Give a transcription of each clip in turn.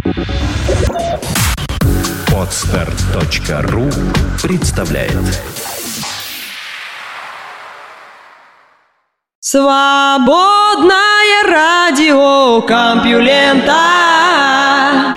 Podster.ru представляет. Свободное радио Компьюлента.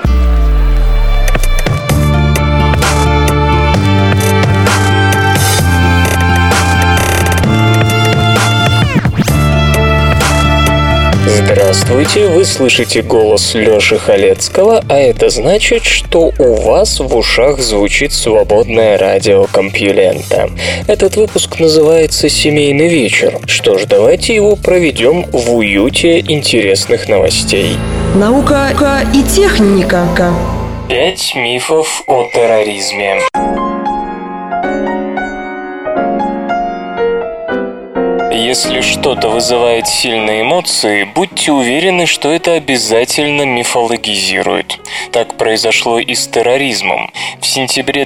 Здравствуйте, вы слышите голос Лёши Халецкого, а это значит, что у вас в ушах звучит свободное радио Компьюлента. Этот выпуск называется «Семейный вечер». Что ж, давайте его проведем в уюте интересных новостей. Наука и техника. 5 мифов о терроризме. Если что-то вызывает сильные эмоции, будьте уверены, что это обязательно мифологизирует. Так произошло и с терроризмом. В сентябре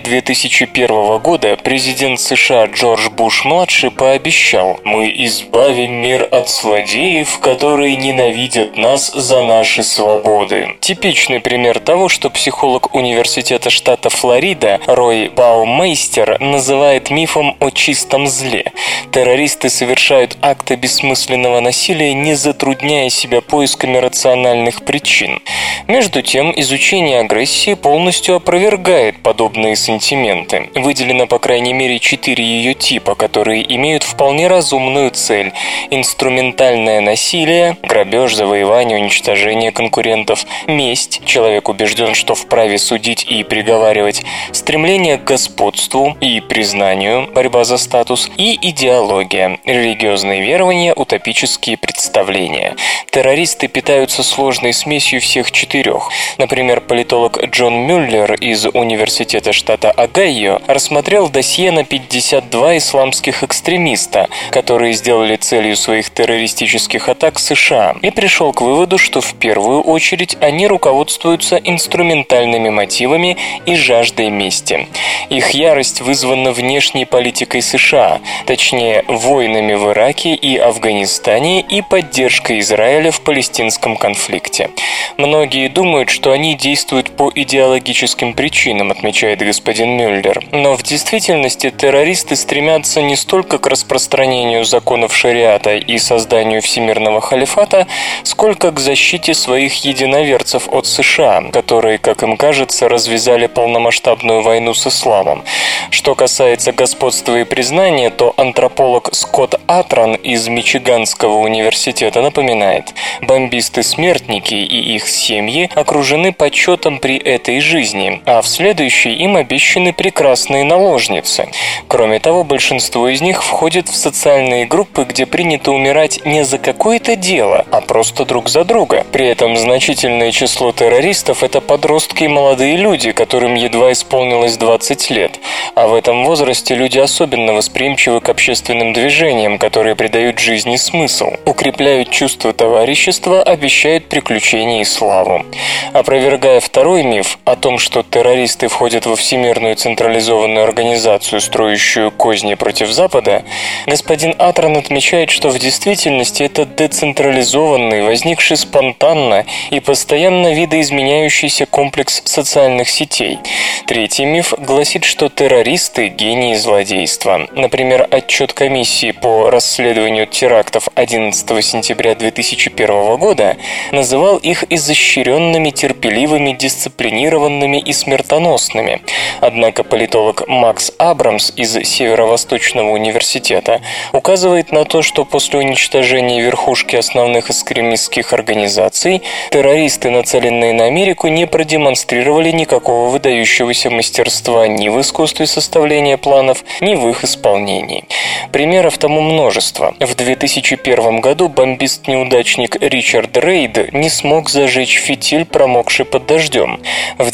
2001 года президент США Джордж Буш-младший пообещал: «Мы избавим мир от злодеев, которые ненавидят нас за наши свободы». Типичный пример того, что психолог университета штата Флорида Рой Баумейстер называет мифом о чистом зле. Террористы совершают акты бессмысленного насилия, не затрудняя себя поисками рациональных причин. Между тем, изучение агрессии полностью опровергает подобные сентименты. Выделено по крайней мере 4 ее типа, которые имеют вполне разумную цель: инструментальное насилие, грабеж, завоевание, уничтожение конкурентов, месть, человек убежден, что вправе судить и приговаривать, стремление к господству и признанию, борьба за статус, и идеология, религиозные верования, утопические представления. Террористы питаются сложной смесью всех 4. Например, политолог Джон Мюллер из университета штата Огайо рассмотрел досье на 52 исламских экстремиста, которые сделали целью своих террористических атак США, и пришел к выводу, что в первую очередь они руководствуются инструментальными мотивами и жаждой мести. Их ярость вызвана внешней политикой США, точнее, войнами в Ираке и Афганистане и поддержкой Израиля в палестинском конфликте. Многие думают, что они действуют по идеологическим причинам, отмечает господин Мюллер. Но в действительности террористы стремятся не столько к распространению законов шариата и созданию всемирного халифата, сколько к защите своих единоверцев от США, которые, как им кажется, развязали полномасштабную войну с исламом. Что касается господства и признания, то антрополог Скотт Атран из Мичиганского университета напоминает: бомбисты-смертники и их семьи окружены почетом при этой жизни, а в следующей им обещаны прекрасные наложницы. Кроме того, большинство из них входит в социальные группы, где принято умирать не за какое-то дело, а просто друг за друга. При этом значительное число террористов – это подростки и молодые люди, которым едва исполнилось 20 лет. А в этом возрасте люди особенно восприимчивы к общественным движениям, которые придают жизни смысл, укрепляют чувство товарищества, обещают приключения и славу. Опровергая второй миф о том, что террористы входят во всемирную централизованную организацию, строящую козни против Запада, господин Атран отмечает, что в действительности это децентрализованный, возникший спонтанно и постоянно видоизменяющийся комплекс социальных сетей. Третий миф гласит, что террористы – гении злодейства. Например, отчет комиссии по расследованию терактов 11 сентября 2001 года называл их изощренными, терпеливыми, дисциплинированными и смертоносными. Однако политолог Макс Абрамс из Северо-Восточного университета указывает на то, что после уничтожения верхушки основных экстремистских организаций террористы, нацеленные на Америку, не продемонстрировали никакого выдающегося мастерства ни в искусстве составления планов, ни в их исполнении. Примеров тому множество. В 2001 году бомбист-неудачник Ричард Рейд не смог зажечь фитиль, промокший под дождем. В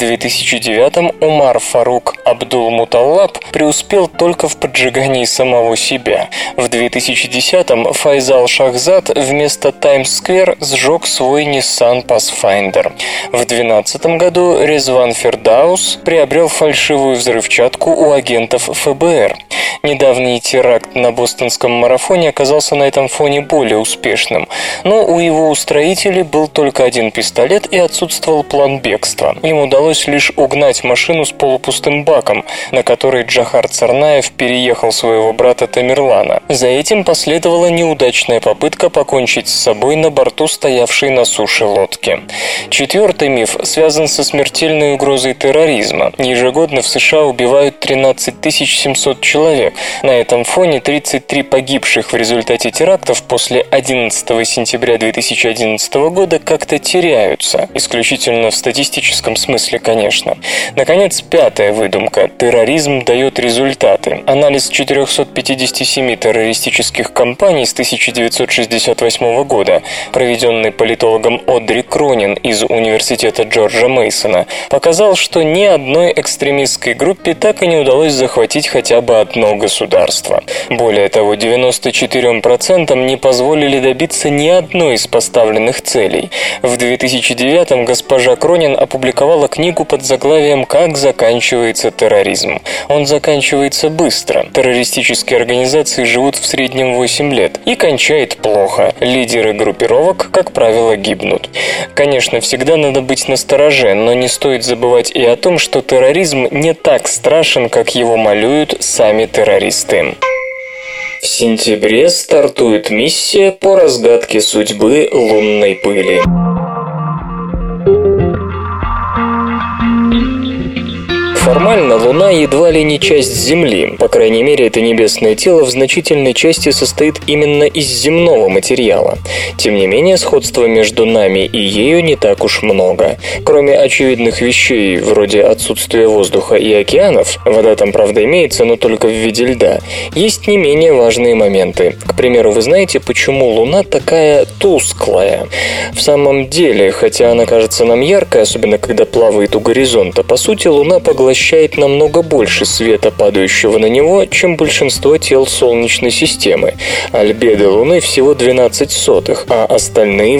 2009 Умар Фарук Абдул-Муталлаб преуспел только в поджигании самого себя. В 2010 Файзал Шахзад вместо Таймс-сквер сжег свой Nissan Pathfinder. В 2012 году Резван Фердаус приобрел фальшивую взрывчатку у агентов ФБР. Недавний теракт на бостонском марафоне телефоне оказался на этом фоне более успешным. Но у его устроителей был только один пистолет и отсутствовал план бегства. Им удалось лишь угнать машину с полупустым баком, на который Джохар Царнаев переехал своего брата Тамерлана. За этим последовала неудачная попытка покончить с собой на борту стоявшей на суше лодки. Четвертый миф связан со смертельной угрозой терроризма. Ежегодно в США убивают 13 700 человек. На этом фоне 33 погибших в результате терактов после 11 сентября 2011 года как-то теряются. Исключительно в статистическом смысле, конечно. Наконец, пятая выдумка. Терроризм дает результаты. Анализ 457 террористических кампаний с 1968 года, проведенный политологом Одри Кронин из Университета Джорджа Мейсона, показал, что ни одной экстремистской группе так и не удалось захватить хотя бы одно государство. Более того, 94% не позволили добиться ни одной из поставленных целей. В 2009-м госпожа Кронин опубликовала книгу под заглавием «Как заканчивается терроризм». Он заканчивается быстро. Террористические организации живут в среднем 8 лет. И кончает плохо. Лидеры группировок, как правило, гибнут. Конечно, всегда надо быть настороже, но не стоит забывать и о том, что терроризм не так страшен, как его малюют сами террористы. В сентябре стартует миссия по разгадке судьбы лунной пыли. Формально Луна едва ли не часть Земли. По крайней мере, это небесное тело в значительной части состоит именно из земного материала. Тем не менее, сходства между нами и ею не так уж много. Кроме очевидных вещей, вроде отсутствия воздуха и океанов, вода там, правда, имеется, но только в виде льда, есть не менее важные моменты. К примеру, вы знаете, почему Луна такая тусклая? В самом деле, хотя она кажется нам яркой, особенно когда плавает у горизонта, по сути, Луна поглощает намного больше света, падающего на него, чем большинство тел Солнечной системы. Альбедо Луны всего 0,12, а остальные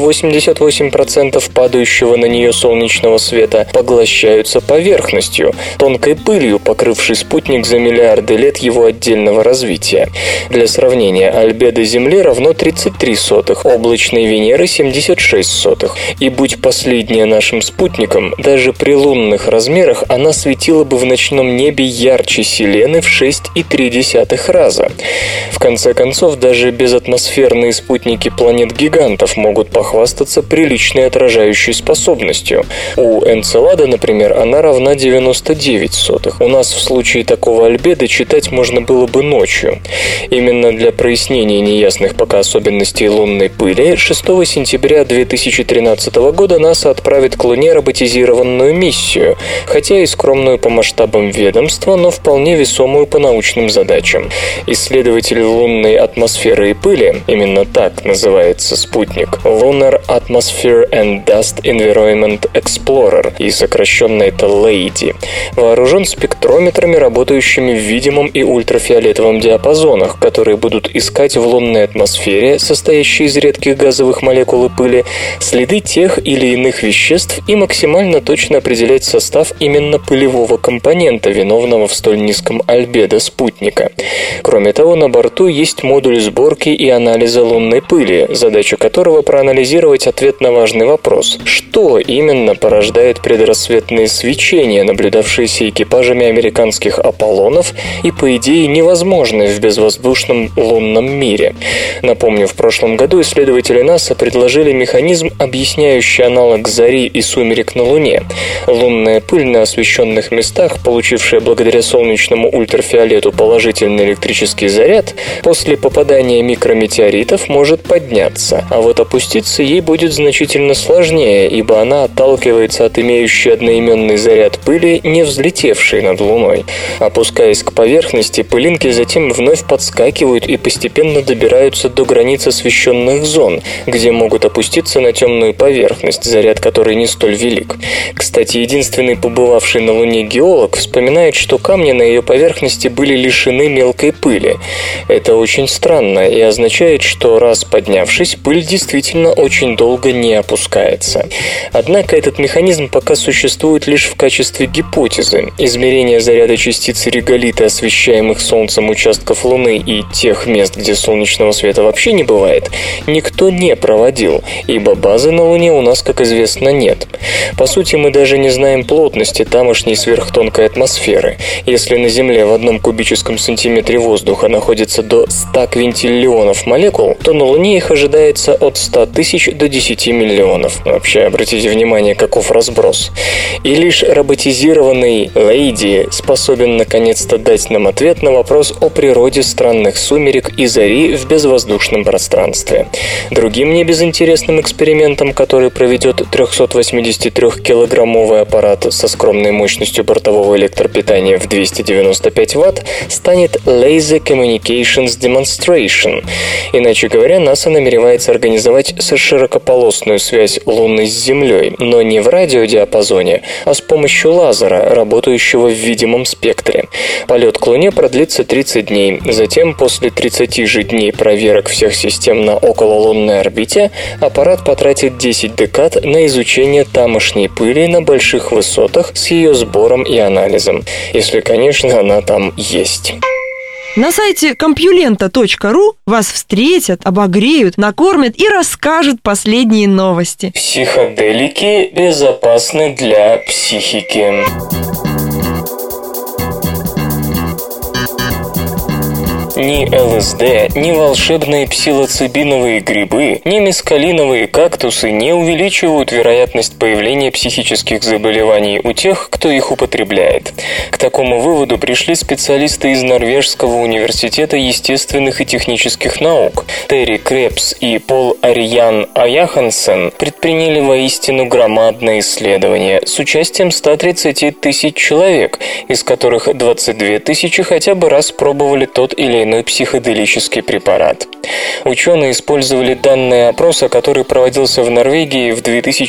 88% падающего на нее солнечного света поглощаются поверхностью, тонкой пылью, покрывшей спутник за миллиарды лет его отдельного развития. Для сравнения, альбедо Земли равно 33, облачной Венеры 76. И будь последняя нашим спутником, даже при лунных размерах она светила бы в ночном небе ярче Селены в 6,3 раза. В конце концов, даже безатмосферные спутники планет-гигантов могут похвастаться приличной отражающей способностью. У Энцелада, например, она равна 99. У нас в случае такого альбедо читать можно было бы ночью. Именно для прояснения неясных пока особенностей лунной пыли 6 сентября 2013 года НАСА отправит к Луне роботизированную миссию, хотя и скромную по масштабам ведомства, но вполне весомую по научным задачам. Исследователь лунной атмосферы и пыли, именно так называется спутник, Lunar Atmosphere and Dust Environment Explorer, и сокращенно это LADEE, вооружен спектрометрами, работающими в видимом и ультрафиолетовом диапазонах, которые будут искать в лунной атмосфере, состоящей из редких газовых молекул и пыли, следы тех или иных веществ и максимально точно определять состав именно пылевого компонента, виновного в столь низком альбедо спутника. Кроме того, на борту есть модуль сборки и анализа лунной пыли, задача которого проанализировать ответ на важный вопрос: что именно порождает предрассветные свечения, наблюдавшиеся экипажами американских Аполлонов и, по идее, невозможны в безвоздушном лунном мире. Напомню, в прошлом году исследователи НАСА предложили механизм, объясняющий аналог зари и сумерек на Луне. Лунная пыль на освещенных местах, получившая благодаря солнечному ультрафиолету положительный электрический заряд, после попадания микрометеоритов может подняться, а вот опуститься ей будет значительно сложнее, ибо она отталкивается от имеющей одноименный заряд пыли, не взлетевшей над Луной. Опускаясь к поверхности, пылинки затем вновь подскакивают и постепенно добираются до границ освещенных зон, где могут опуститься на темную поверхность, заряд которой не столь велик. Кстати, единственный побывавший на Луне геолог геолог, вспоминает, что камни на ее поверхности были лишены мелкой пыли. Это очень странно и означает, что раз поднявшись, пыль действительно очень долго не опускается. Однако этот механизм пока существует лишь в качестве гипотезы. Измерение заряда частиц реголита, освещаемых Солнцем участков Луны и тех мест, где солнечного света вообще не бывает, никто не проводил, ибо базы на Луне у нас, как известно, нет. По сути, мы даже не знаем плотности тамошней сверхтонкой атмосферы. Если на Земле в 1 кубическом сантиметре воздуха находится до 100 квинтиллионов молекул, то на Луне их ожидается от 100 тысяч до 10 миллионов. Вообще, обратите внимание, каков разброс. И лишь роботизированный Лейди способен наконец-то дать нам ответ на вопрос о природе странных сумерек и зари в безвоздушном пространстве. Другим небезынтересным экспериментом, который проведет 383-килограммовый аппарат со скромной мощностью бортового электропитания в 295 Вт, станет Laser Communications Demonstration. Иначе говоря, НАСА намеревается организовать широкополосную связь Луны с Землей, но не в радиодиапазоне, а с помощью лазера, работающего в видимом спектре. Полет к Луне продлится 30 дней. Затем, после 30 же дней проверок всех систем на окололунной орбите, аппарат потратит 10 декад на изучение тамошней пыли на больших высотах с ее сбором и анализом. Если, конечно, она там есть. На сайте compulenta.ru вас встретят, обогреют, накормят и расскажут последние новости. Психоделики безопасны для психики. Ни ЛСД, ни волшебные псилоцибиновые грибы, ни мескалиновые кактусы не увеличивают вероятность появления психических заболеваний у тех, кто их употребляет. К такому выводу пришли специалисты из Норвежского университета естественных и технических наук. Терри Крепс и Пол Ариан Аяхансен предприняли воистину громадное исследование с участием 130 тысяч человек, из которых 22 тысячи хотя бы раз пробовали тот или иной психоделический препарат. Ученые использовали данные опроса, который проводился в Норвегии в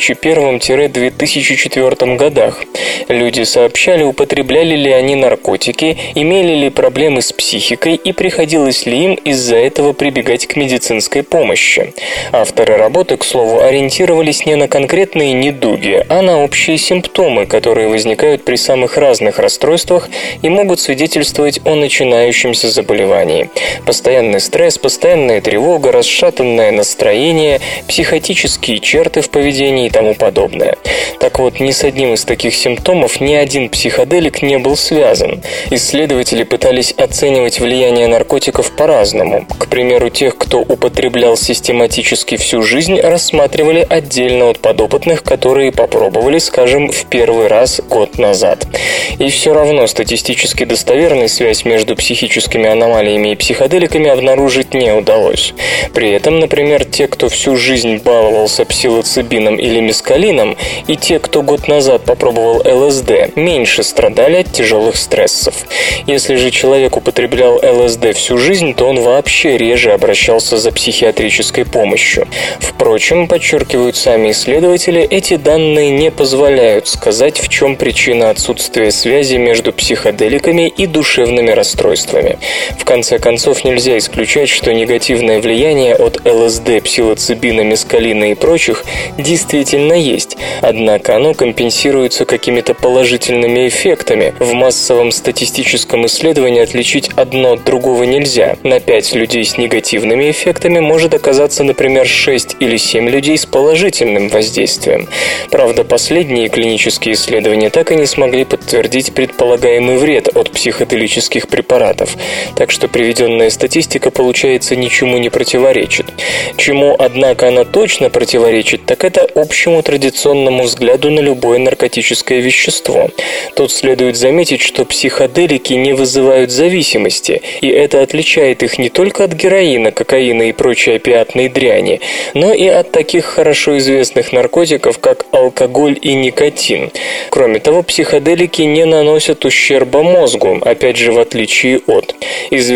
2001-2004 годах. Люди сообщали, употребляли ли они наркотики, имели ли проблемы с психикой и приходилось ли им из-за этого прибегать к медицинской помощи. Авторы работы, к слову, ориентировались не на конкретные недуги, а на общие симптомы, которые возникают при самых разных расстройствах и могут свидетельствовать о начинающемся заболевании. Постоянный стресс, постоянная тревога, расшатанное настроение, психотические черты в поведении и тому подобное. Так вот, ни с одним из таких симптомов ни один психоделик не был связан. Исследователи пытались оценивать влияние наркотиков по-разному. К примеру, тех, кто употреблял систематически всю жизнь, рассматривали отдельно от подопытных, которые попробовали, скажем, в первый раз год назад. И все равно статистически достоверной связь между психическими аномалиями и психоделиками обнаружить не удалось. При этом, например, те, кто всю жизнь баловался псилоцибином или мескалином, и те, кто год назад попробовал ЛСД, меньше страдали от тяжелых стрессов. Если же человек употреблял ЛСД всю жизнь, то он вообще реже обращался за психиатрической помощью. Впрочем, подчеркивают сами исследователи, эти данные не позволяют сказать, в чем причина отсутствия связи между психоделиками и душевными расстройствами. В конце концов, нельзя исключать, что негативное влияние от ЛСД, псилоцибина, мескалина и прочих действительно есть, однако оно компенсируется какими-то положительными эффектами. В массовом статистическом исследовании отличить одно от другого нельзя. На 5 людей с негативными эффектами может оказаться, например, 6 или 7 людей с положительным воздействием. Правда, последние клинические исследования так и не смогли подтвердить предполагаемый вред от психоделических препаратов, так что приведенная статистика, получается, ничему не противоречит. Чему, однако, она точно противоречит, так это общему традиционному взгляду на любое наркотическое вещество. Тут следует заметить, что психоделики не вызывают зависимости, и это отличает их не только от героина, кокаина и прочей опиатной дряни, но и от таких хорошо известных наркотиков, как алкоголь и никотин. Кроме того, психоделики не наносят ущерба мозгу, опять же, в отличие от. Известно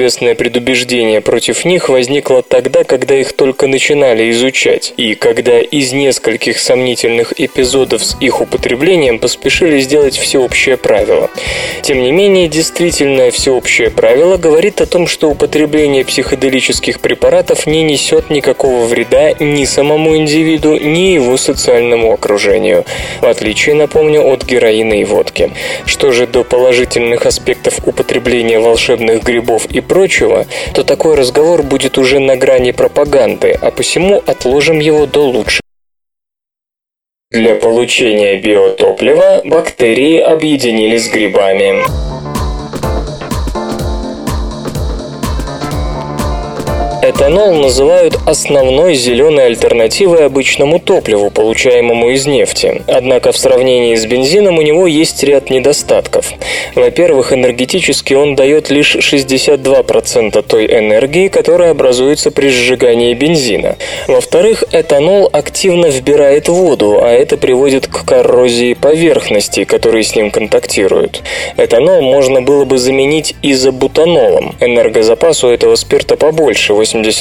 известное предубеждение против них возникло тогда, когда их только начинали изучать, и когда из нескольких сомнительных эпизодов с их употреблением поспешили сделать всеобщее правило. Тем не менее, действительное всеобщее правило говорит о том, что употребление психоделических препаратов не несет никакого вреда ни самому индивиду, ни его социальному окружению, в отличие, напомню, от героина и водки. Что же до положительных аспектов употребления волшебных грибов и прочего, то такой разговор будет уже на грани пропаганды, а посему отложим его до лучшего. Для получения биотоплива бактерии объединились с грибами. Этанол называют основной зеленой альтернативой обычному топливу, получаемому из нефти. Однако в сравнении с бензином у него есть ряд недостатков. Во-первых, энергетически он дает лишь 62% той энергии, которая образуется при сжигании бензина. Во-вторых, этанол активно вбирает воду, а это приводит к коррозии поверхностей, которые с ним контактируют. Этанол можно было бы заменить изобутанолом. Энергозапас у этого спирта побольше,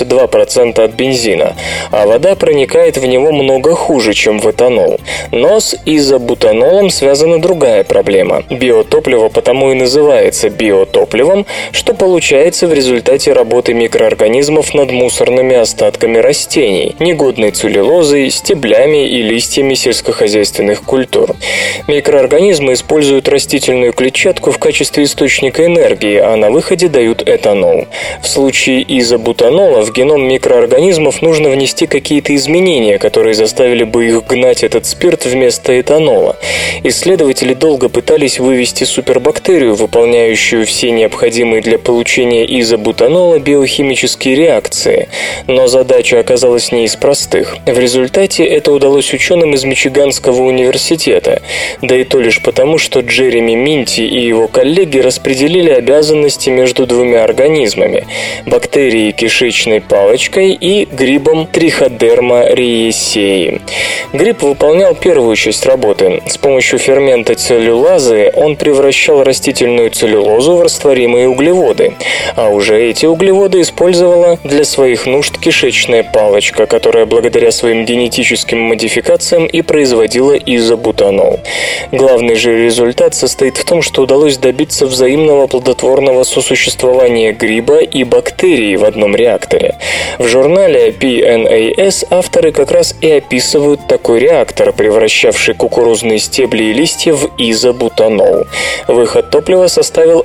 82% от бензина, а вода проникает в него много хуже, чем в этанол. Но с изобутанолом связана другая проблема. Биотопливо потому и называется биотопливом, что получается в результате работы микроорганизмов над мусорными остатками растений, негодной целлюлозой, стеблями и листьями сельскохозяйственных культур. Микроорганизмы используют растительную клетчатку в качестве источника энергии, а на выходе дают этанол. В случае изобутанола в геном микроорганизмов нужно внести какие-то изменения, которые заставили бы их гнать этот спирт вместо этанола. Исследователи долго пытались вывести супербактерию, выполняющую все необходимые для получения изобутанола биохимические реакции. Но задача оказалась не из простых. В результате это удалось ученым из Мичиганского университета. Да и то лишь потому, что Джереми Минти и его коллеги распределили обязанности между двумя организмами – бактерией кишечной палочкой и грибом Триходерма риесеи. Гриб выполнял первую часть работы. С помощью фермента целлюлазы он превращал растительную целлюлозу в растворимые углеводы, а уже эти углеводы использовала для своих нужд кишечная палочка, которая благодаря своим генетическим модификациям и производила изобутанол. Главный же результат состоит в том, что удалось добиться взаимного плодотворного сосуществования гриба и бактерий в одном реакторе. В журнале PNAS авторы как раз и описывают такой реактор, превращавший кукурузные стебли и листья в изобутанол. Выход топлива составил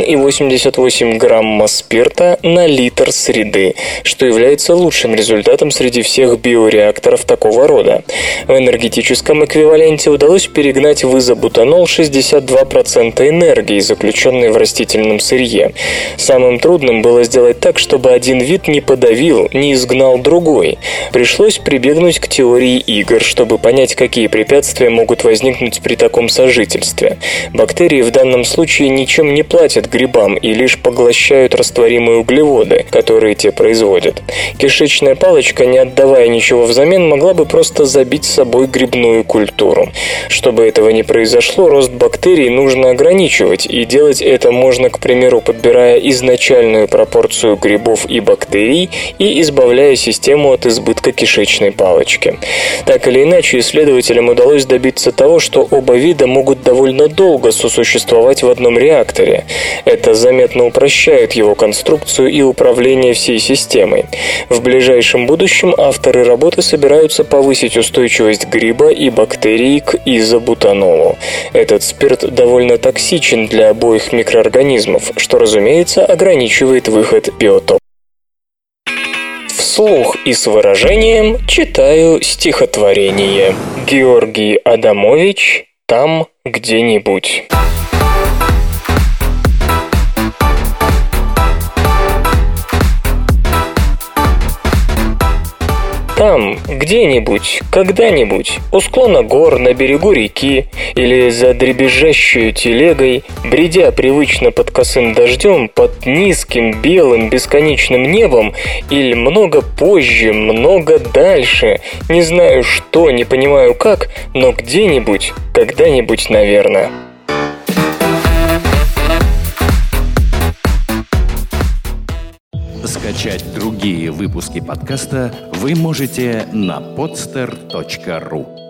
1,88 грамма спирта на литр среды, что является лучшим результатом среди всех биореакторов такого рода. В энергетическом эквиваленте удалось перегнать в изобутанол 62% энергии, заключенной в растительном сырье. Самым трудным было сделать так, чтобы один вид не подавил, не изгнал другой. Пришлось прибегнуть к теории игр, чтобы понять, какие препятствия могут возникнуть при таком сожительстве. Бактерии в данном случае ничем не платят грибам и лишь поглощают растворимые углеводы, которые те производят. Кишечная палочка, не отдавая ничего взамен, могла бы просто забить с собой грибную культуру. Чтобы этого не произошло, рост бактерий нужно ограничивать, и делать это можно, к примеру, подбирая изначальную пропорцию грибов и бактерий и избавляя систему от избытка кишечной палочки. Так или иначе, исследователям удалось добиться того, что оба вида могут довольно долго сосуществовать в одном реакторе. Это заметно упрощает его конструкцию и управление всей системой. В ближайшем будущем авторы работы собираются повысить устойчивость гриба и бактерий к изобутанолу. Этот спирт довольно токсичен для обоих микроорганизмов, что, разумеется, ограничивает выход биотоплива. Вслух и с выражением читаю стихотворение. Георгий Адамович «Там где-нибудь». Там, где-нибудь, когда-нибудь, у склона гор, на берегу реки или за дребезжащей телегой, бредя привычно под косым дождем, под низким, белым, бесконечным небом, или много позже, много дальше, не знаю что, не понимаю как, но где-нибудь, когда-нибудь, наверное. Скачать другие выпуски подкаста вы можете на podster.ru.